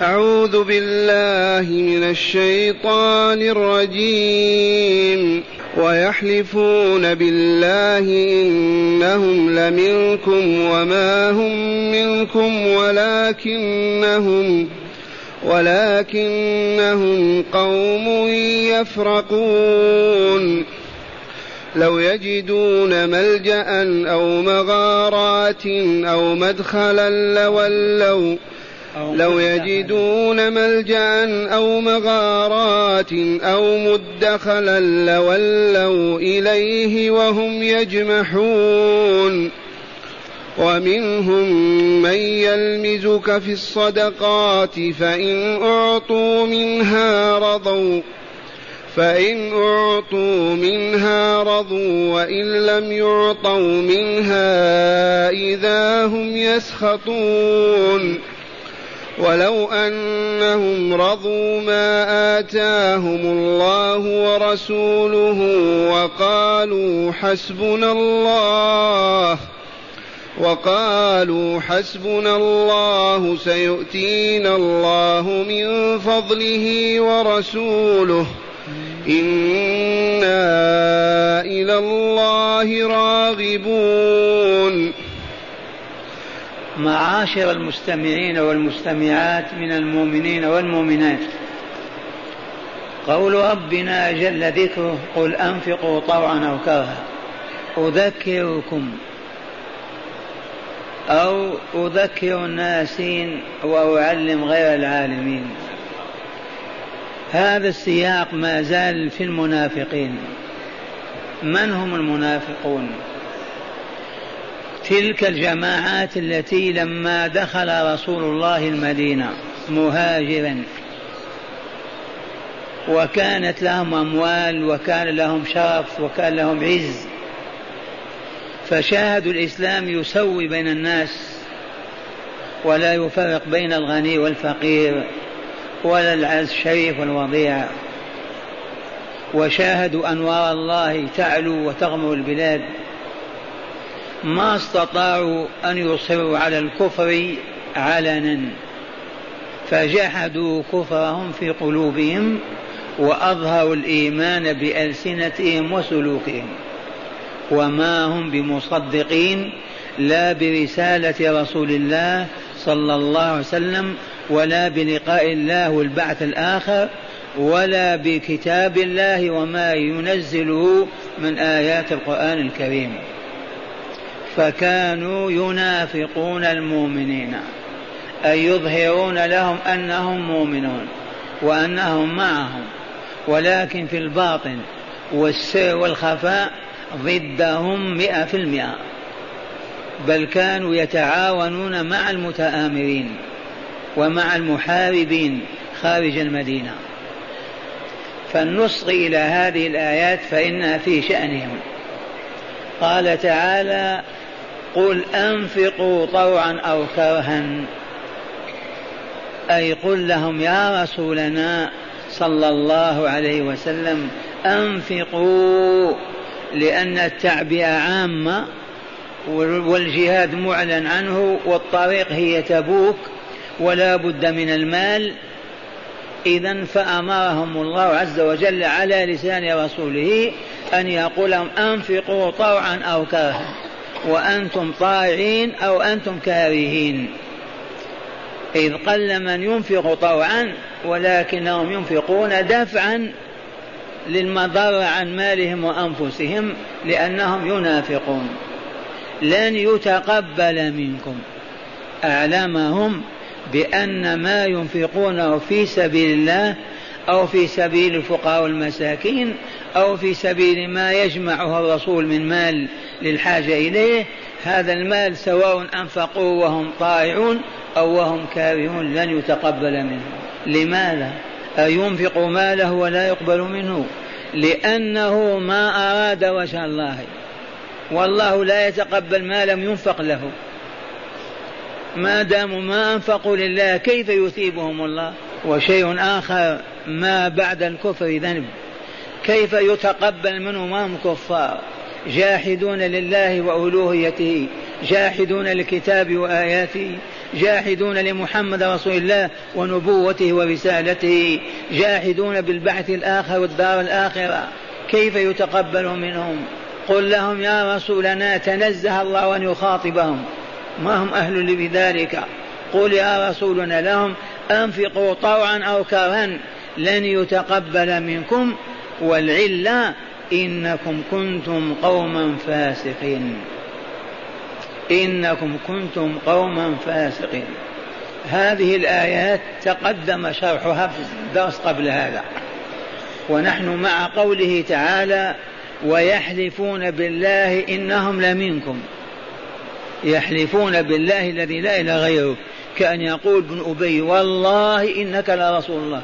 أعوذ بالله من الشيطان الرجيم. ويحلفون بالله إنهم لمنكم وما هم منكم ولكنهم قوم يفرقون. لو يجدون ملجأ أو مغارات أو مدخلا لولوا إليه وهم يجمحون. ومنهم من يلمزك في الصدقات فإن أعطوا منها رضوا وإن لم يعطوا منها إذا هم يسخطون. ولو أنهم رضوا ما آتاهم الله ورسوله وقالوا حسبنا الله سيؤتينا الله من فضله ورسوله إنا إلى الله راغبون. معاشر المستمعين والمستمعات من المؤمنين والمؤمنات، قول ربنا جل ذكره: قل أنفقوا طوعا أو كرها. أذكر الناسين وأعلم غير العالمين. هذا السياق ما زال في المنافقين. من هم المنافقون؟ تلك الجماعات التي لما دخل رسول الله المدينة مهاجرا وكانت لهم أموال وكان لهم شرف وكان لهم عز، فشاهدوا الإسلام يسوي بين الناس ولا يفرق بين الغني والفقير ولا العز الشريف والوضيع، وشاهدوا أنوار الله تعلو وتغمر البلاد، ما استطاعوا أن يصروا على الكفر علنا، فجحدوا كفرهم في قلوبهم وأظهروا الإيمان بألسنتهم وسلوكهم، وما هم بمصدقين لا برسالة رسول الله صلى الله عليه وسلم ولا بلقاء الله والبعث الآخر ولا بكتاب الله وما ينزله من آيات القرآن الكريم. فكانوا ينافقون المؤمنين، أي يظهرون لهم أنهم مؤمنون وأنهم معهم، ولكن في الباطن والسر والخفاء ضدهم 100%، بل كانوا يتعاونون مع المتآمرين ومع المحاربين خارج المدينة. فلنصغي إلى هذه الآيات فإنها في شأنهم. قال تعالى: قل أنفقوا طوعا أو كرها، أي قل لهم يا رسولنا صلى الله عليه وسلم أنفقوا، لأن التعبئة عامة والجهاد معلن عنه والطريق هي تبوك ولا بد من المال. إذن فأمرهم الله عز وجل على لسان رسوله أن يقول لهم أنفقوا طوعا أو كرها، وأنتم طائعين أو أنتم كارهين، إذ قل من ينفق طوعا ولكنهم ينفقون دفعا للمضر عن مالهم وأنفسهم لأنهم ينافقون. لن يتقبل منكم. أعلمهم بأن ما ينفقونه في سبيل الله أو في سبيل الفقراء والمساكين أو في سبيل ما يجمعه الرسول من مال للحاجة إليه، هذا المال سواء أنفقوا وهم طائعون أو وهم كارهون لن يتقبل منه. لماذا؟ أينفق ماله ولا يقبل منه؟ لأنه ما أراد وجه الله، والله لا يتقبل ما لم ينفق له. ما داموا ما أنفقوا لله كيف يثيبهم الله؟ وشيء آخر، ما بعد الكفر ذنب، كيف يتقبل منهم وهم كفار جاحدون لله وألوهيته، جاحدون للكتاب وآياته، جاحدون لمحمد رسول الله ونبوته ورسالته، جاحدون بالبعث الآخر والدار الآخرة، كيف يتقبل منهم؟ قل لهم يا رسولنا، تنزه الله أن يخاطبهم، ما هم أهل لذلك. قل يا رسولنا لهم أنفقوا طوعا أو كرها لن يتقبل منكم، والعلة إنكم كنتم قوما فاسقين، إنكم كنتم قوما فاسقين. هذه الآيات تقدم شرحها في الدرس قبل هذا، ونحن مع قوله تعالى ويحلفون بالله إنهم لمنكم، يحلفون بالله الذي لا إله غيره، كأن يقول ابن أبي والله إنك لرسول الله،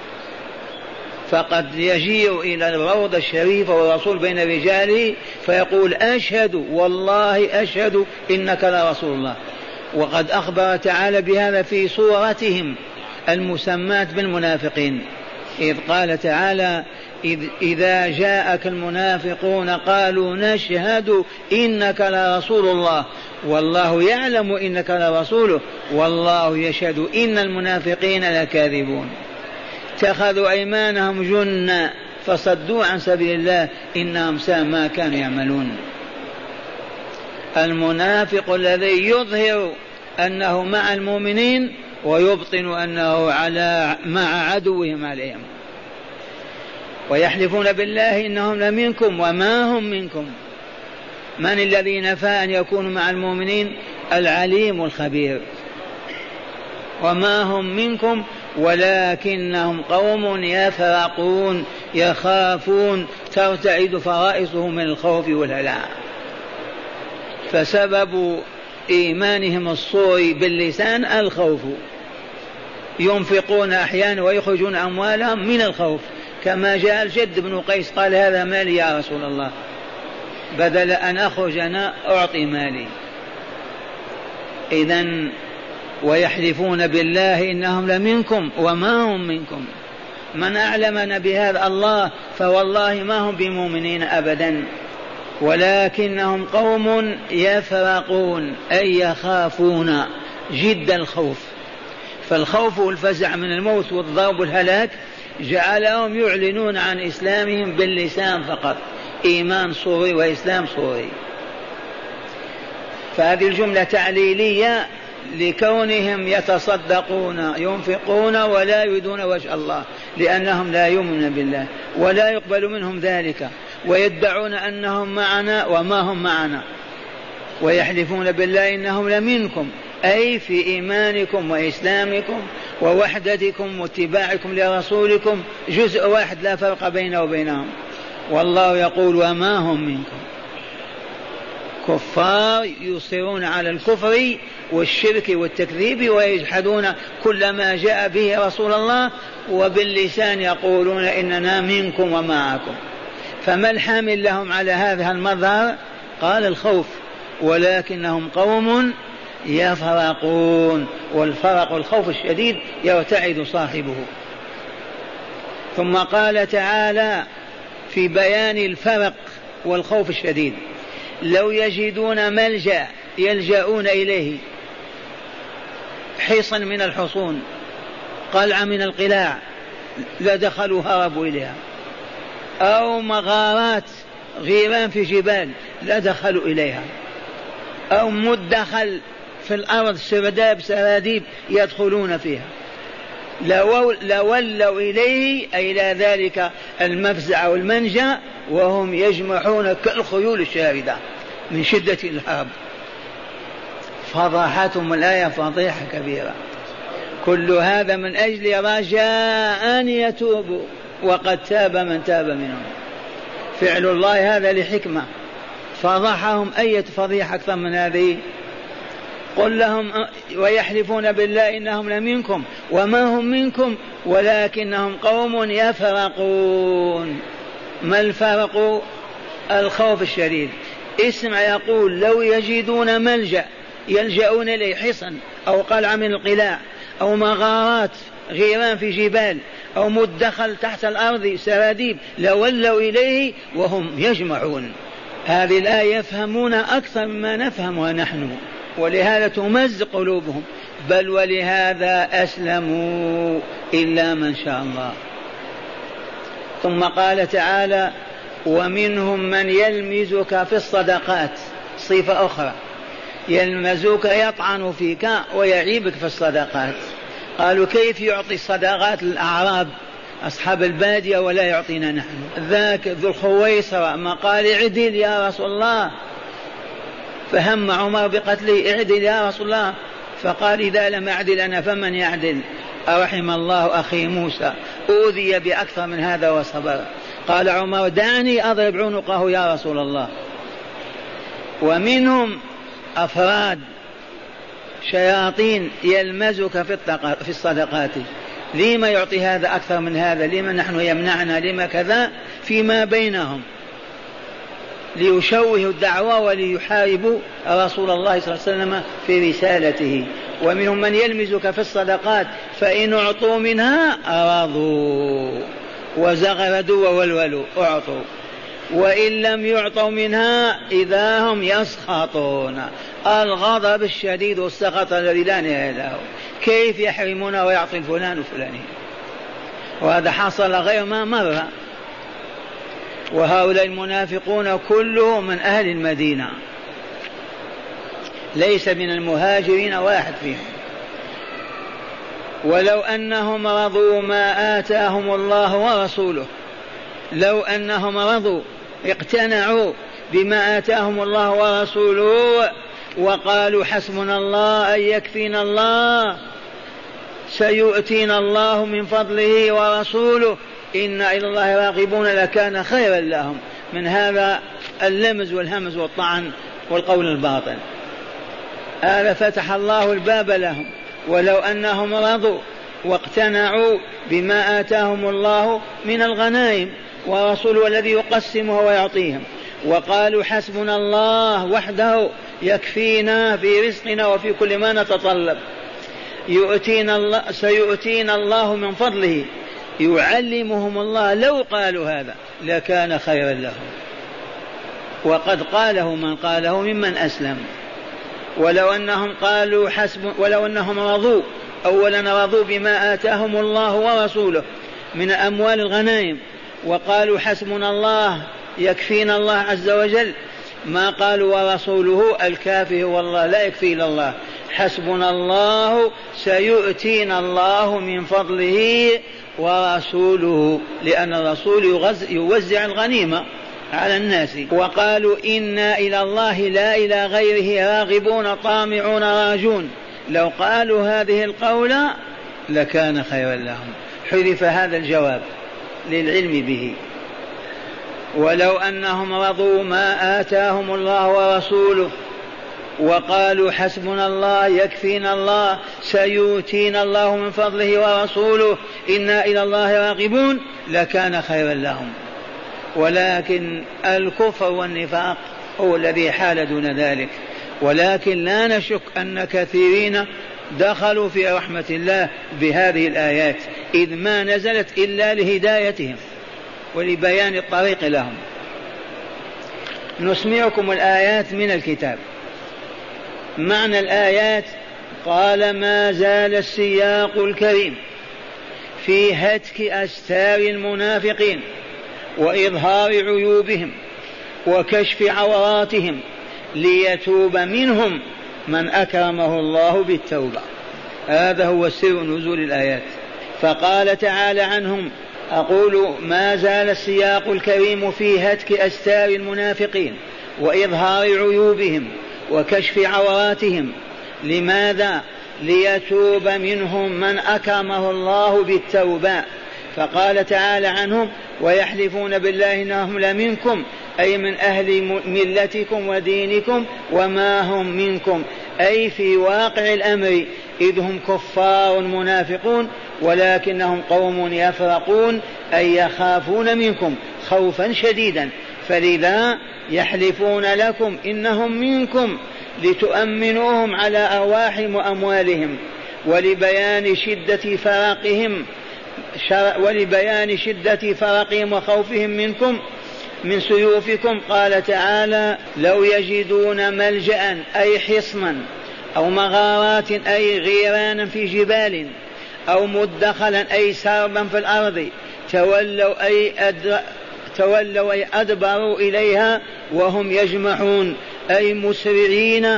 فقد يجيء إلى الروضة الشريفة والرسول بين رجاله فيقول أشهد والله أشهد إنك لرسول الله. وقد أخبر تعالى بهذا في سورتهم المسمات بالمنافقين، إذ قال تعالى إذا جاءك المنافقون قالوا نشهد إنك لرسول الله والله يعلم إنك لرسوله والله يشهد إن المنافقين لكاذبون. اتخذوا أيمانهم جنة فصدوا عن سبيل الله إنهم ساء ما كانوا يعملون. المنافق الذي يظهر أنه مع المؤمنين ويبطن أنه مع عدوهم عليهم. ويحلفون بالله إنهم لمنكم وما هم منكم. من الذي نفى أن يكونوا مع المؤمنين؟ العليم الخبير. وما هم منكم ولكنهم قوم يفرقون يخافون ترتعد فرائصهم من الخوف والهلع. فسبب إيمانهم الصوري باللسان الخوف، ينفقون أحيانا ويخرجون أموالهم من الخوف، كما جاء الجد بن قيس قال هذا مالي يا رسول الله، بدل أن أخرج أنا أعطي مالي. إذن ويحلفون بالله إنهم لمنكم وما هم منكم. من أعلمنا بهذا؟ الله، فوالله ما هم بمؤمنين أبدا، ولكنهم قوم يفرقون أي يخافون جد الخوف. فالخوف والفزع من الموت والضرب والهلاك جعلهم يعلنون عن إسلامهم باللسان فقط، إيمان صوري وإسلام صوري. فهذه الجملة تعليلية لكونهم يتصدقون ينفقون ولا يريدون وجه الله، لأنهم لا يؤمنون بالله ولا يقبل منهم ذلك، ويدعون أنهم معنا وما هم معنا. ويحلفون بالله إنهم لمنكم أي في إيمانكم وإسلامكم ووحدتكم واتباعكم لرسولكم جزء واحد لا فرق بينه وبينهم. والله يقول وما هم منكم. كفار يصرون على الكفر والشرك والتكذيب ويجحدون كل ما جاء به رسول الله، وباللسان يقولون إننا منكم ومعكم. فما الحامل لهم على هذا المظهر؟ قال الخوف، ولكنهم قوم يفرقون، والفرق الخوف الشديد يرتعد صاحبه. ثم قال تعالى في بيان الفرق والخوف الشديد لو يجدون ملجأ يلجؤون إليه، حصن من الحصون، قلعة من القلاع، لدخلوا هربوا إليها، أو مغارات غيران في جبال لدخلوا إليها، أو مدخل في الأرض سراديب يدخلون فيها، لولوا إليه أي إلى ذلك المفزع والمنجا وهم يجمعون كالخيول الشاردة من شدة الهرب. فضحتهم الآية فضيحة كبيرة. كل هذا من أجل رجاء أن يتوبوا، وقد تاب من تاب منهم. فعل الله هذا لحكمة. فضحهم أي فضيحة أكثر من هذه؟ قل لهم ويحلفون بالله إنهم لمنكم وما هم منكم ولكنهم قوم يفرقون. ما الفرق؟ الخوف الشديد. اسمع يقول لو يجدون ملجأ يلجؤون إليه، حصن أو قلعة من القلاع أو مغارات غيران في جبال أو مدخل تحت الأرض سراديب لولوا إليه وهم يجمعون. هذه الآية يفهمون أكثر مما نفهمها نحن، ولهذا تمزق قلوبهم. بل ولهذا أسلموا إلا من شاء الله. ثم قال تعالى ومنهم من يلمزك في الصدقات، صفة أخرى، يلمزك يطعن فيك ويعيبك في الصدقات. قالوا كيف يعطي الصدقات للأعراب أصحاب البادية ولا يعطينا نحن؟ ذاك ذو الخويصرة ما قال اعدل يا رسول الله، فهم عمر بقتله، اعدل يا رسول الله، فقال إذا لم أعدل أنا فمن يعدل؟ أرحم الله أخي موسى أوذي بأكثر من هذا وصبر. قال عمر دعني أضرب عنقه يا رسول الله. ومنهم أفراد شياطين يلمزك في الصدقات، لما يعطي هذا أكثر من هذا، لما نحن يمنعنا، لما كذا، فيما بينهم ليشوهوا الدعوة وليحاربوا رسول الله صلى الله عليه وسلم في رسالته. ومنهم من يلمزك في الصدقات فإن أعطوا منها أرضوا وزغردوا وولولوا أعطوا، وإن لم يعطوا منها إذا هم يسخطون. الغضب الشديد والسخط الذي لا نهاية له. كيف يحرمون ويعطي فلان وفلان؟ وهذا حصل غير ما مر. وهؤلاء المنافقون كلهم من أهل المدينة، ليس من المهاجرين واحد فيهم. ولو أنهم رضوا ما آتاهم الله ورسوله، لو أنهم رضوا اقتنعوا بما آتاهم الله ورسوله وقالوا حسبنا الله أن يكفينا الله سيؤتينا الله من فضله ورسوله إنا إلى الله راغبون، لكان خيرا لهم من هذا اللمز والهمز والطعن والقول الباطل. هذا فتح الله الباب لهم. ولو أنهم رضوا واقتنعوا بما آتاهم الله من الغنائم ورسوله الذي يقسمه ويعطيهم، وقالوا حسبنا الله وحده يكفينا في رزقنا وفي كل ما نتطلب، سيؤتينا الله من فضله، يعلمهم الله، لو قالوا هذا لكان خيرا لهم. وقد قاله من قاله ممن أسلم. ولو أنهم قالوا ولو أنهم رضوا، أولا رضوا بما آتاهم الله ورسوله من أموال الغنائم وقالوا حسبنا الله يكفينا الله عز وجل، ما قالوا ورسوله الكافي والله لا يكفي إلا الله، حسبنا الله سيؤتينا الله من فضله ورسوله، لأن الرسول يوزع الغنيمة على الناس. وقالوا إنا إلى الله لا إلى غيره راغبون طامعون راجون، لو قالوا هذه القولة لكان خيرا لهم. حذف هذا الجواب للعلم به. ولو أنهم رضوا ما آتاهم الله ورسوله وقالوا حسبنا الله يكفينا الله سيؤتينا الله من فضله ورسوله إنا إلى الله راغبون لكان خيرا لهم. ولكن الكفر والنفاق هو الذي حال دون ذلك. ولكن لا نشك أن كثيرين دخلوا في رحمة الله بهذه الآيات، إذ ما نزلت إلا لهدايتهم ولبيان الطريق لهم. نسمعكم الآيات من الكتاب. معنى الآيات: قال ما زال السياق الكريم في هتك أستار المنافقين وإظهار عيوبهم وكشف عوراتهم ليتوب منهم من أكرمه الله بالتوبة. هذا هو سر نزول الآيات. فقال تعالى عنهم: أقول ما زال السياق الكريم في هتك أستار المنافقين وإظهار عيوبهم وكشف عوراتهم. لماذا؟ ليتوب منهم من أكرمه الله بالتوبة. فقال تعالى عنهم: ويحلفون بالله إنهم لمنكم، أي من أهل ملتكم ودينكم، وما هم منكم، أي في واقع الأمر، إذ هم كفار منافقون ولكنهم قوم يفرقون، أي يخافون منكم خوفا شديدا، فلذا يحلفون لكم إنهم منكم لتؤمنوهم على أرواحهم وأموالهم. ولبيان شدة فرقهم وخوفهم منكم من سيوفكم قال تعالى: لو يجدون ملجأ أي حصنا أو مغارات أي غيرانا في جبال، أو مدخلا أي سربا في الأرض، تولوا أي أدبروا إليها وهم يجمحون أي مسرعين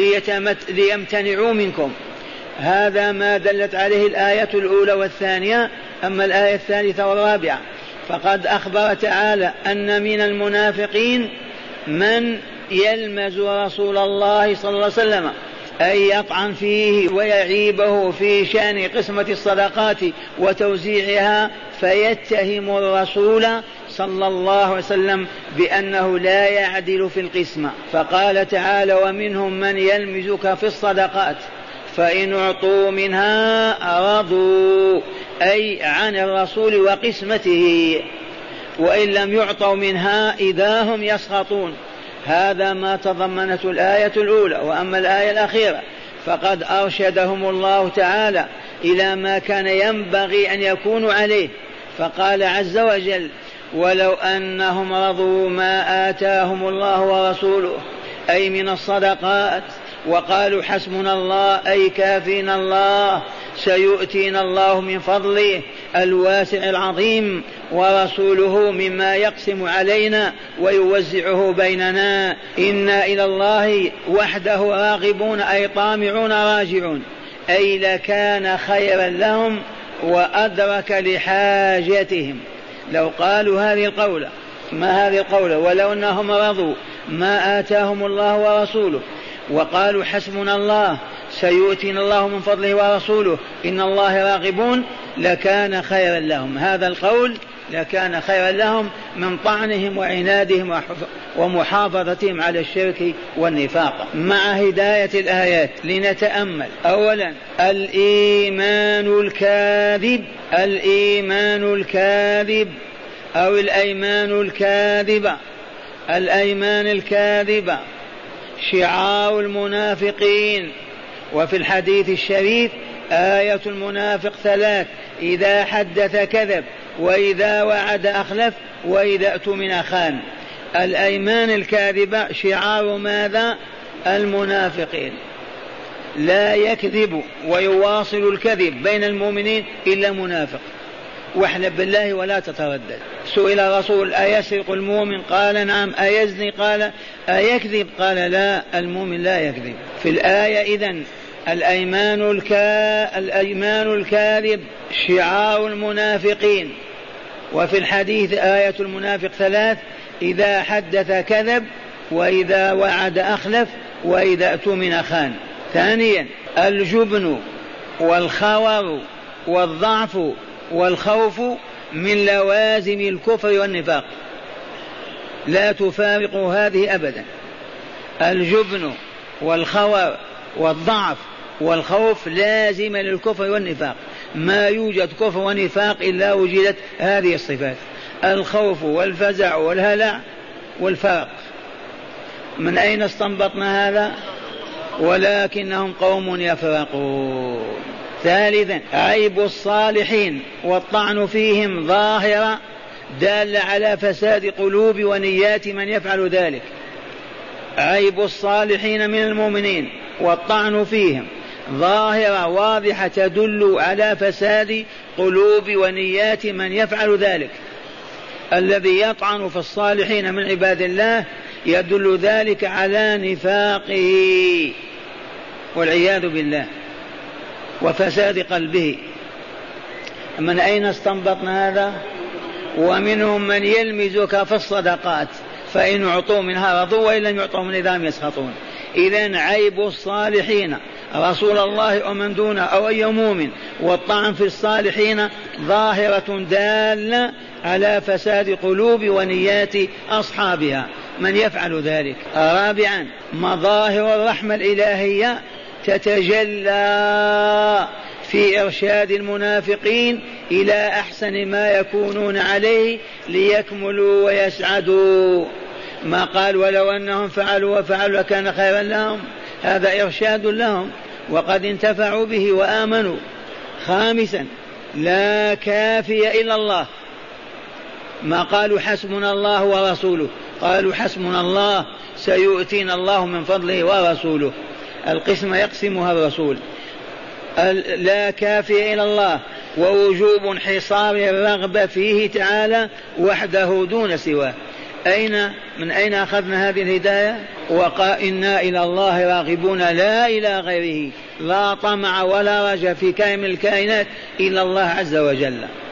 ليمتنعوا منكم. هذا ما دلت عليه الآية الأولى والثانية. أما الآية الثالثة والرابعة فقد أخبر تعالى أن من المنافقين من يلمز رسول الله صلى الله عليه وسلم، أي يطعن فيه ويعيبه في شأن قسمة الصدقات وتوزيعها، فيتهم الرسول صلى الله عليه وسلم بأنه لا يعدل في القسمة. فقال تعالى: ومنهم من يلمزك في الصدقات فإن أعطوا منها رضوا، أي عن الرسول وقسمته، وإن لم يعطوا منها إذا هم يسخطون. هذا ما تضمنته الآية الأولى. وأما الآية الأخيرة فقد أرشدهم الله تعالى إلى ما كان ينبغي أن يكونوا عليه، فقال عز وجل: ولو أنهم رضوا ما آتاهم الله ورسوله، أي من الصدقات، وقالوا حسبنا الله أي كافينا الله، سيؤتينا الله من فضله الواسع العظيم، ورسوله مما يقسم علينا ويوزعه بيننا، إنا إلى الله وحده راغبون أي طامعون راجعون، أي لكان خيرا لهم وأدرك لحاجتهم. لو قالوا هذه القولة، ما هذه القولة؟ ولو أنهم رضوا ما آتاهم الله ورسوله وقالوا حسبنا الله سيؤتينا الله من فضله ورسوله إن الله راغبون، لكان خيرا لهم. هذا القول لكان خيرا لهم من طعنهم وعنادهم ومحافظتهم على الشرك والنفاق. مع هداية الآيات لنتأمل: أولا الإيمان الكاذب، الإيمان الكاذب أو الأيمان الكاذبة. الأيمان الكاذبة شعار المنافقين، وفي الحديث الشريف آية المنافق ثلاث: إذا حدث كذب، وإذا وعد أخلف، وإذا اؤتمن خان. الأيمان الكاذبة شعار ماذا؟ المنافقين. لا يكذب ويواصل الكذب بين المؤمنين إلا منافق. واحلف بالله ولا تتردد. سئل الرسول: أيسرق المؤمن؟ قال نعم. أيزني؟ قال أيكذب؟ قال لا، المؤمن لا يكذب. في الآية إذن الأيمان الكاذب شعار المنافقين، وفي الحديث آية المنافق ثلاث: إذا حدث كذب، وإذا وعد أخلف، وإذا اؤتمن خان. ثانيا الجبن والخور والضعف والخوف من لوازم الكفر والنفاق، لا تفارق هذه أبدا. الجبن والخور والضعف والخوف لازم للكفر والنفاق، ما يوجد كفر ونفاق إلا وجدت هذه الصفات: الخوف والفزع والهلع والفرق. من أين استنبطنا هذا؟ ولكنهم قوم يفرقون. ثالثا عيب الصالحين والطعن فيهم ظاهرة دالة على فساد قلوب ونيات من يفعل ذلك. عيب الصالحين من المؤمنين والطعن فيهم ظاهرة واضحة تدل على فساد قلوب ونيات من يفعل ذلك. الذي يطعن في الصالحين من عباد الله يدل ذلك على نفاقه والعياذ بالله وفساد قلبه. من أين استنبطنا هذا؟ ومنهم من يلمزك في الصدقات فإن أعطوا منها رضوا وإن لم يعطوا من إذا هم يسخطون. إذن عيب الصالحين رسول الله ومن دونه أو أي مؤمن والطعن في الصالحين ظاهرة دالة على فساد قلوب ونيات أصحابها من يفعل ذلك. رابعا مظاهر الرحمة الإلهية تتجلى في إرشاد المنافقين إلى أحسن ما يكونون عليه ليكملوا ويسعدوا. ما قال ولو أنهم فعلوا وفعلوا لكان خيرا لهم، هذا إرشاد لهم وقد انتفعوا به وآمنوا. خامسا لا كافي إلا الله، ما قالوا حسبنا الله ورسوله، قالوا حسبنا الله سيؤتينا الله من فضله ورسوله. القسمة يقسمها الرسول. لا كافي إلى الله ووجوب انحصار الرغبة فيه تعالى وحده دون سواه. من أين أخذنا هذه الهداية؟ وقال إنا إلى الله راغبون لا إلى غيره، لا طمع ولا رجا في كائن من الكائنات إلا الله عز وجل.